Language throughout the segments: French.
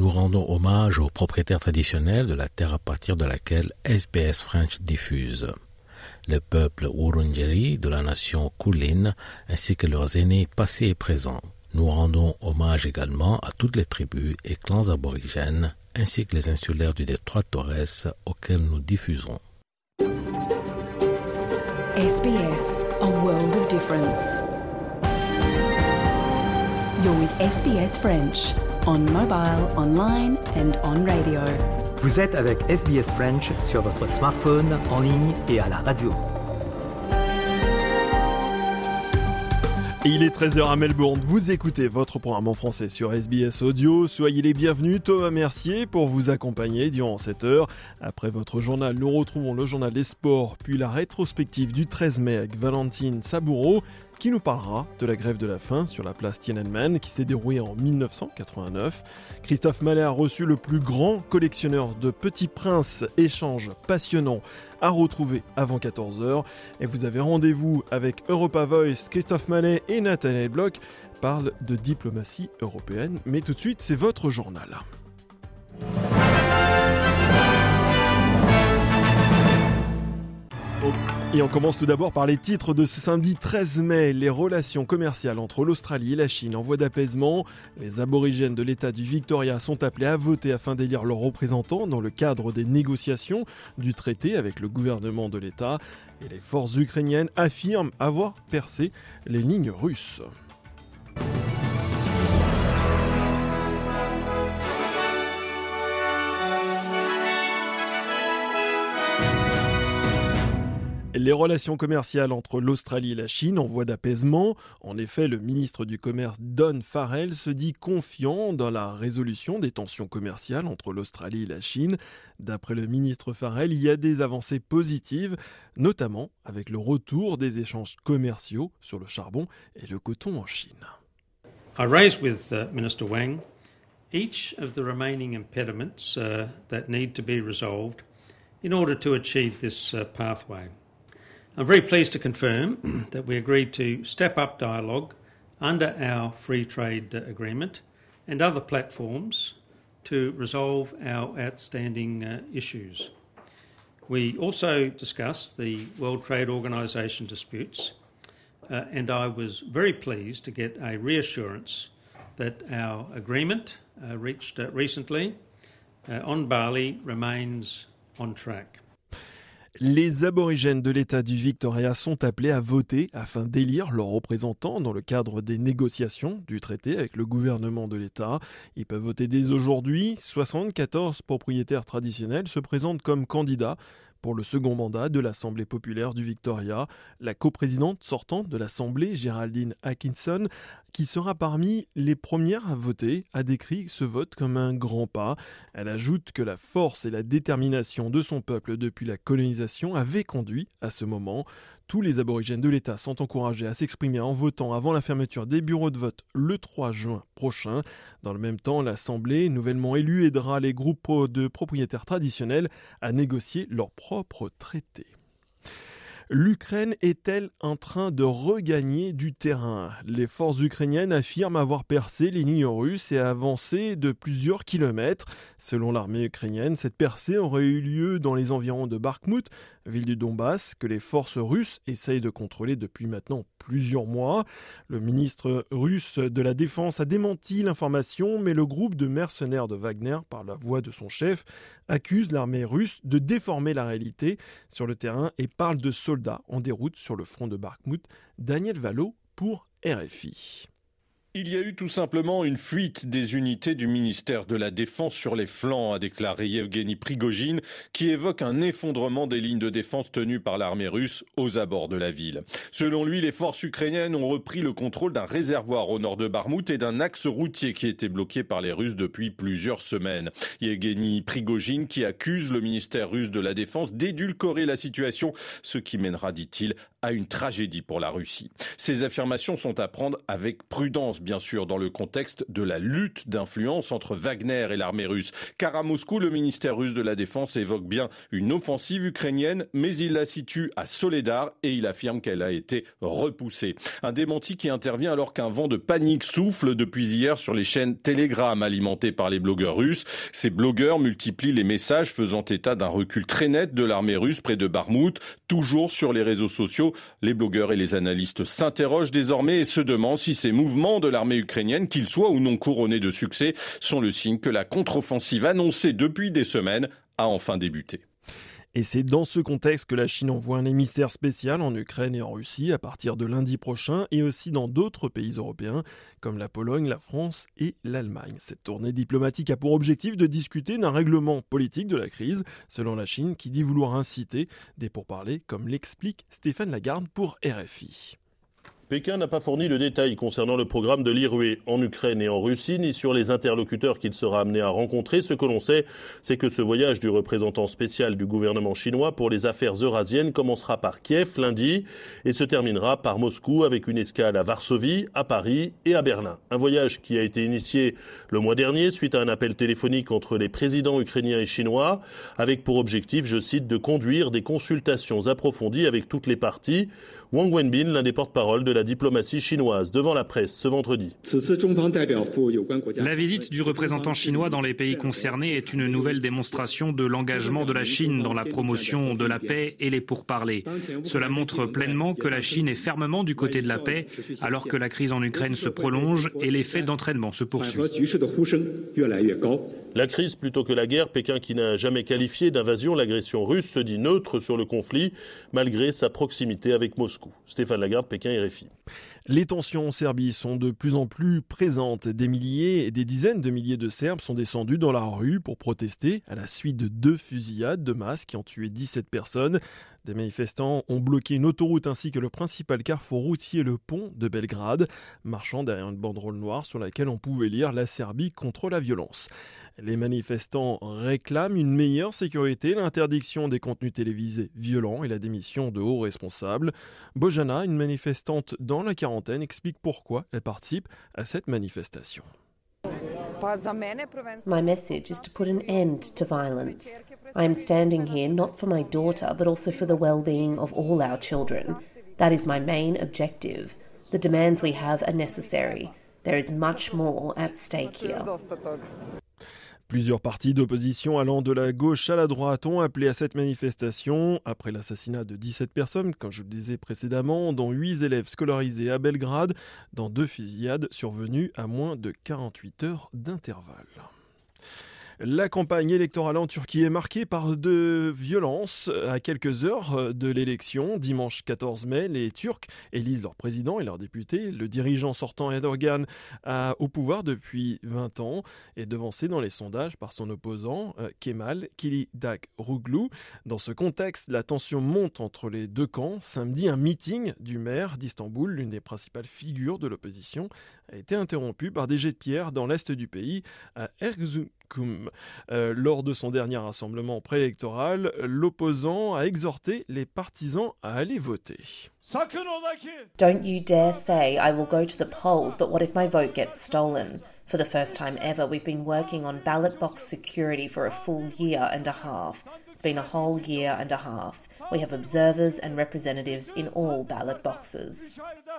nous rendons hommage aux propriétaires traditionnels de la terre à partir de laquelle SBS French diffuse. Le peuple Wurundjeri de la nation Kulin ainsi que leurs aînés passés et présents. Nous rendons hommage également à toutes les tribus et clans aborigènes ainsi que les insulaires du détroit Torres auxquels nous diffusons. SBS, a world of difference. You're with SBS French, on mobile, online and on radio. Vous êtes avec SBS French sur votre smartphone, en ligne et à la radio. Et il est 13h à Melbourne, vous écoutez votre programme en français sur SBS Audio. Soyez les bienvenus, Thomas Mercier pour vous accompagner durant cette heure. Après votre journal, nous retrouvons le journal des sports, puis la rétrospective du 13 mai avec Valentine Saboureau, qui nous parlera de la grève de la faim sur la place Tiananmen qui s'est déroulée en 1989. Christophe Mallet a reçu le plus grand collectionneur de Petits Princes, échange passionnant à retrouver avant 14h. Et vous avez rendez-vous avec Europa Voice, Christophe Mallet et Nathaniel Bloch parlent de diplomatie européenne. Mais tout de suite, c'est votre journal. Et on commence tout d'abord par les titres de ce samedi 13 mai. Les relations commerciales entre l'Australie et la Chine en voie d'apaisement. Les aborigènes de l'État du Victoria sont appelés à voter afin d'élire leurs représentants dans le cadre des négociations du traité avec le gouvernement de l'État. Et les forces ukrainiennes affirment avoir percé les lignes russes. Les relations commerciales entre l'Australie et la Chine en voie d'apaisement. En effet, le ministre du Commerce Don Farrell se dit confiant dans la résolution des tensions commerciales entre l'Australie et la Chine. D'après le ministre Farrell, il y a des avancées positives, notamment avec le retour des échanges commerciaux sur le charbon et le coton en Chine. I raised with Minister Wang each of the remaining impediments that need to be resolved in order to achieve this pathway. I'm very pleased to confirm that we agreed to step up dialogue under our free trade agreement and other platforms to resolve our outstanding issues. We also discussed the World Trade Organization disputes and I was very pleased to get a reassurance that our agreement reached recently on Bali remains on track. Les aborigènes de l'État du Victoria sont appelés à voter afin d'élire leurs représentants dans le cadre des négociations du traité avec le gouvernement de l'État. Ils peuvent voter dès aujourd'hui. 74 propriétaires traditionnels se présentent comme candidats pour le second mandat de l'Assemblée populaire du Victoria. La coprésidente sortante de l'Assemblée, Geraldine Atkinson, qui sera parmi les premières à voter, a décrit ce vote comme un grand pas. Elle ajoute que la force et la détermination de son peuple depuis la colonisation avaient conduit à ce moment. Tous les aborigènes de l'État sont encouragés à s'exprimer en votant avant la fermeture des bureaux de vote le 3 juin prochain. Dans le même temps, l'Assemblée, nouvellement élue, aidera les groupes de propriétaires traditionnels à négocier leur propre traité. L'Ukraine est-elle en train de regagner du terrain ? Les forces ukrainiennes affirment avoir percé les lignes russes et avancé de plusieurs kilomètres. Selon l'armée ukrainienne, cette percée aurait eu lieu dans les environs de Bakhmut, ville du Donbass, que les forces russes essayent de contrôler depuis maintenant plusieurs mois. Le ministre russe de la Défense a démenti l'information, mais le groupe de mercenaires de Wagner, par la voix de son chef, accuse l'armée russe de déformer la réalité sur le terrain et parle de soldats en déroute sur le front de Bakhmut. Daniel Valo pour RFI. Il y a eu tout simplement une fuite des unités du ministère de la Défense sur les flancs, a déclaré Yevgeny Prigojine, qui évoque un effondrement des lignes de défense tenues par l'armée russe aux abords de la ville. Selon lui, les forces ukrainiennes ont repris le contrôle d'un réservoir au nord de Bakhmut et d'un axe routier qui était bloqué par les Russes depuis plusieurs semaines. Yevgeny Prigojine qui accuse le ministère russe de la Défense d'édulcorer la situation, ce qui mènera, dit-il, à une tragédie pour la Russie. Ces affirmations sont à prendre avec prudence, passe bien sûr dans le contexte de la lutte d'influence entre Wagner et l'armée russe. Car à Moscou, le ministère russe de la Défense évoque bien une offensive ukrainienne, mais il la situe à Soledar et il affirme qu'elle a été repoussée. Un démenti qui intervient alors qu'un vent de panique souffle depuis hier sur les chaînes Telegram alimentées par les blogueurs russes. Ces blogueurs multiplient les messages faisant état d'un recul très net de l'armée russe près de Bakhmout. Toujours sur les réseaux sociaux, les blogueurs et les analystes s'interrogent désormais et se demandent si ces mouvements de l'armée ukrainienne, qu'ils soient ou non couronnés de succès, sont le signe que la contre-offensive annoncée depuis des semaines a enfin débuté. Et c'est dans ce contexte que la Chine envoie un émissaire spécial en Ukraine et en Russie à partir de lundi prochain et aussi dans d'autres pays européens comme la Pologne, la France et l'Allemagne. Cette tournée diplomatique a pour objectif de discuter d'un règlement politique de la crise, selon la Chine qui dit vouloir inciter des pourparlers, comme l'explique Stéphane Lagarde pour RFI. Pékin n'a pas fourni de détails concernant le programme de l'IRUE en Ukraine et en Russie, ni sur les interlocuteurs qu'il sera amené à rencontrer. Ce que l'on sait, c'est que ce voyage du représentant spécial du gouvernement chinois pour les affaires eurasiennes commencera par Kiev lundi et se terminera par Moscou avec une escale à Varsovie, à Paris et à Berlin. Un voyage qui a été initié le mois dernier suite à un appel téléphonique entre les présidents ukrainiens et chinois, avec pour objectif, je cite, de conduire des consultations approfondies avec toutes les parties. Wang Wenbin, l'un des porte-parole de la diplomatie chinoise, devant la presse ce vendredi. La visite du représentant chinois dans les pays concernés est une nouvelle démonstration de l'engagement de la Chine dans la promotion de la paix et les pourparlers. Cela montre pleinement que la Chine est fermement du côté de la paix, alors que la crise en Ukraine se prolonge et l'effet d'entraînement se poursuit. La crise plutôt que la guerre, Pékin qui n'a jamais qualifié d'invasion l'agression russe se dit neutre sur le conflit, malgré sa proximité avec Moscou. Stéphane Lagarde, Pékin, RFI. Les tensions en Serbie sont de plus en plus présentes. Des milliers et des dizaines de milliers de Serbes sont descendus dans la rue pour protester à la suite de 2 fusillades de masse qui ont tué 17 personnes. Des manifestants ont bloqué une autoroute ainsi que le principal carrefour routier, le pont de Belgrade, marchant derrière une banderole noire sur laquelle on pouvait lire « La Serbie contre la violence ». Les manifestants réclament une meilleure sécurité, l'interdiction des contenus télévisés violents et la démission de hauts responsables. Bojana, une manifestante dans la quarantaine, explique pourquoi elle participe à cette manifestation. My message is to put an end to violence. I am standing here not for my daughter, but also for the well-being of all our children. That is my main objective. The demands we have are necessary. There is much more at stake here. Plusieurs partis d'opposition allant de la gauche à la droite ont appelé à cette manifestation après l'assassinat de 17 personnes, comme je le disais précédemment, dont 8 élèves scolarisés à Belgrade, dans 2 fusillades survenues à moins de 48 heures d'intervalle. La campagne électorale en Turquie est marquée par de violences. À quelques heures de l'élection, dimanche 14 mai, les Turcs élisent leur président et leurs députés. Le dirigeant sortant Erdogan au pouvoir depuis 20 ans est devancé dans les sondages par son opposant Kemal Kılıçdaroğlu. Dans ce contexte, la tension monte entre les deux camps. Samedi, un meeting du maire d'Istanbul, l'une des principales figures de l'opposition, a été interrompu par des jets de pierre dans l'est du pays, à Erzurum. Lors de son dernier rassemblement préélectoral, l'opposant a exhorté les partisans à aller voter. Don't you dare say I will go to the polls, but what if my vote gets stolen? For the first time ever, we've been working on ballot box security for a full year and a half. It's been a whole year and a half. We have observers and representatives in all ballot boxes.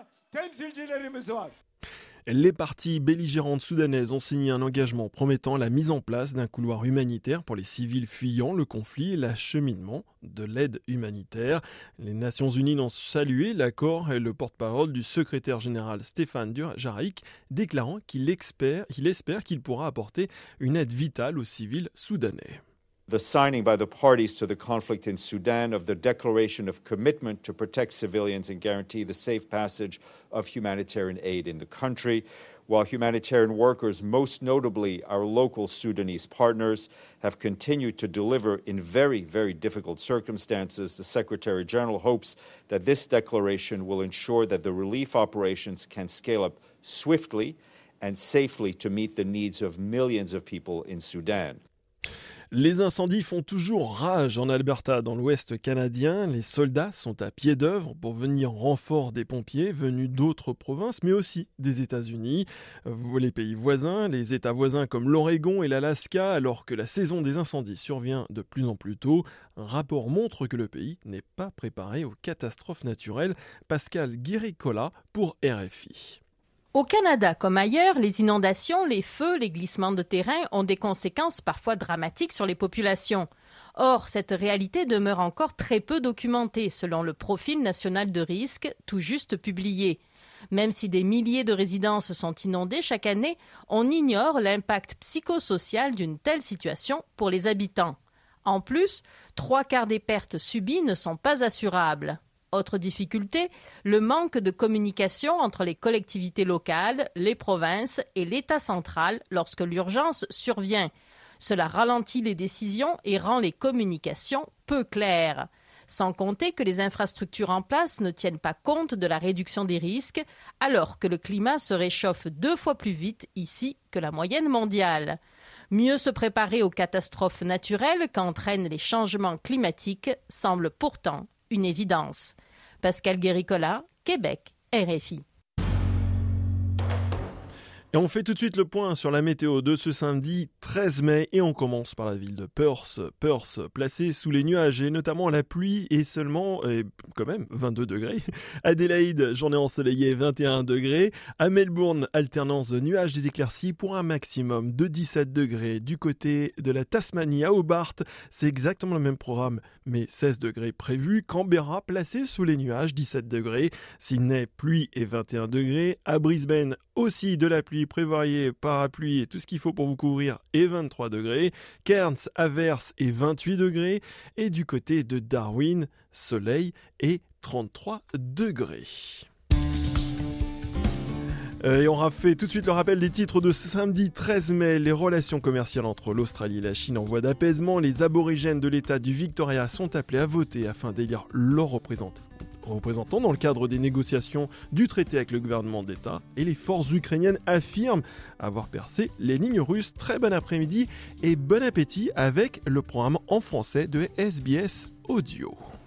Les parties belligérantes soudanaises ont signé un engagement promettant la mise en place d'un couloir humanitaire pour les civils fuyant le conflit et l'acheminement de l'aide humanitaire. Les Nations Unies ont salué l'accord et le porte-parole du secrétaire général Stéphane Dujarric déclarant qu'il espère qu'il pourra apporter une aide vitale aux civils soudanais. The signing by the parties to the conflict in Sudan of the Declaration of Commitment to protect civilians and guarantee the safe passage of humanitarian aid in the country, while humanitarian workers, most notably our local Sudanese partners, have continued to deliver in very, very difficult circumstances. The Secretary General hopes that this declaration will ensure that the relief operations can scale up swiftly and safely to meet the needs of millions of people in Sudan. Les incendies font toujours rage en Alberta, dans l'ouest canadien. Les soldats sont à pied d'œuvre pour venir en renfort des pompiers venus d'autres provinces, mais aussi des États-Unis. Les pays voisins, les États voisins comme l'Oregon et l'Alaska, alors que la saison des incendies survient de plus en plus tôt, un rapport montre que le pays n'est pas préparé aux catastrophes naturelles. Pascal Guiricola pour RFI. Au Canada comme ailleurs, les inondations, les feux, les glissements de terrain ont des conséquences parfois dramatiques sur les populations. Or, cette réalité demeure encore très peu documentée selon le profil national de risque tout juste publié. Même si des milliers de résidences sont inondées chaque année, on ignore l'impact psychosocial d'une telle situation pour les habitants. En plus, 3/4 des pertes subies ne sont pas assurables. Autre difficulté, le manque de communication entre les collectivités locales, les provinces et l'État central lorsque l'urgence survient. Cela ralentit les décisions et rend les communications peu claires. Sans compter que les infrastructures en place ne tiennent pas compte de la réduction des risques, alors que le climat se réchauffe 2 fois plus vite ici que la moyenne mondiale. Mieux se préparer aux catastrophes naturelles qu'entraînent les changements climatiques semble pourtant une évidence. Pascal Guéricola, Québec, RFI. Et on fait tout de suite le point sur la météo de ce samedi 13 mai et on commence par la ville de Perth. Perth placée sous les nuages et notamment la pluie et seulement, quand même, 22 degrés. Adélaïde, journée ensoleillée, 21 degrés. À Melbourne, alternance de nuages et d'éclaircies pour un maximum de 17 degrés. Du côté de la Tasmanie à Hobart, c'est exactement le même programme, mais 16 degrés prévus. Canberra, placée sous les nuages, 17 degrés. Sydney, pluie et 21 degrés. À Brisbane, aussi de la pluie, prévoyez parapluie et tout ce qu'il faut pour vous couvrir et 23 degrés. Cairns, averse et 28 degrés. Et du côté de Darwin, soleil et 33 degrés. Et on fait tout de suite le rappel des titres de ce samedi 13 mai. Les relations commerciales entre l'Australie et la Chine en voie d'apaisement. Les aborigènes de l'État du Victoria sont appelés à voter afin d'élire leurs représentants dans le cadre des négociations du traité avec le gouvernement d'État. Et les forces ukrainiennes affirment avoir percé les lignes russes. Très bon après-midi et bon appétit avec le programme en français de SBS Audio.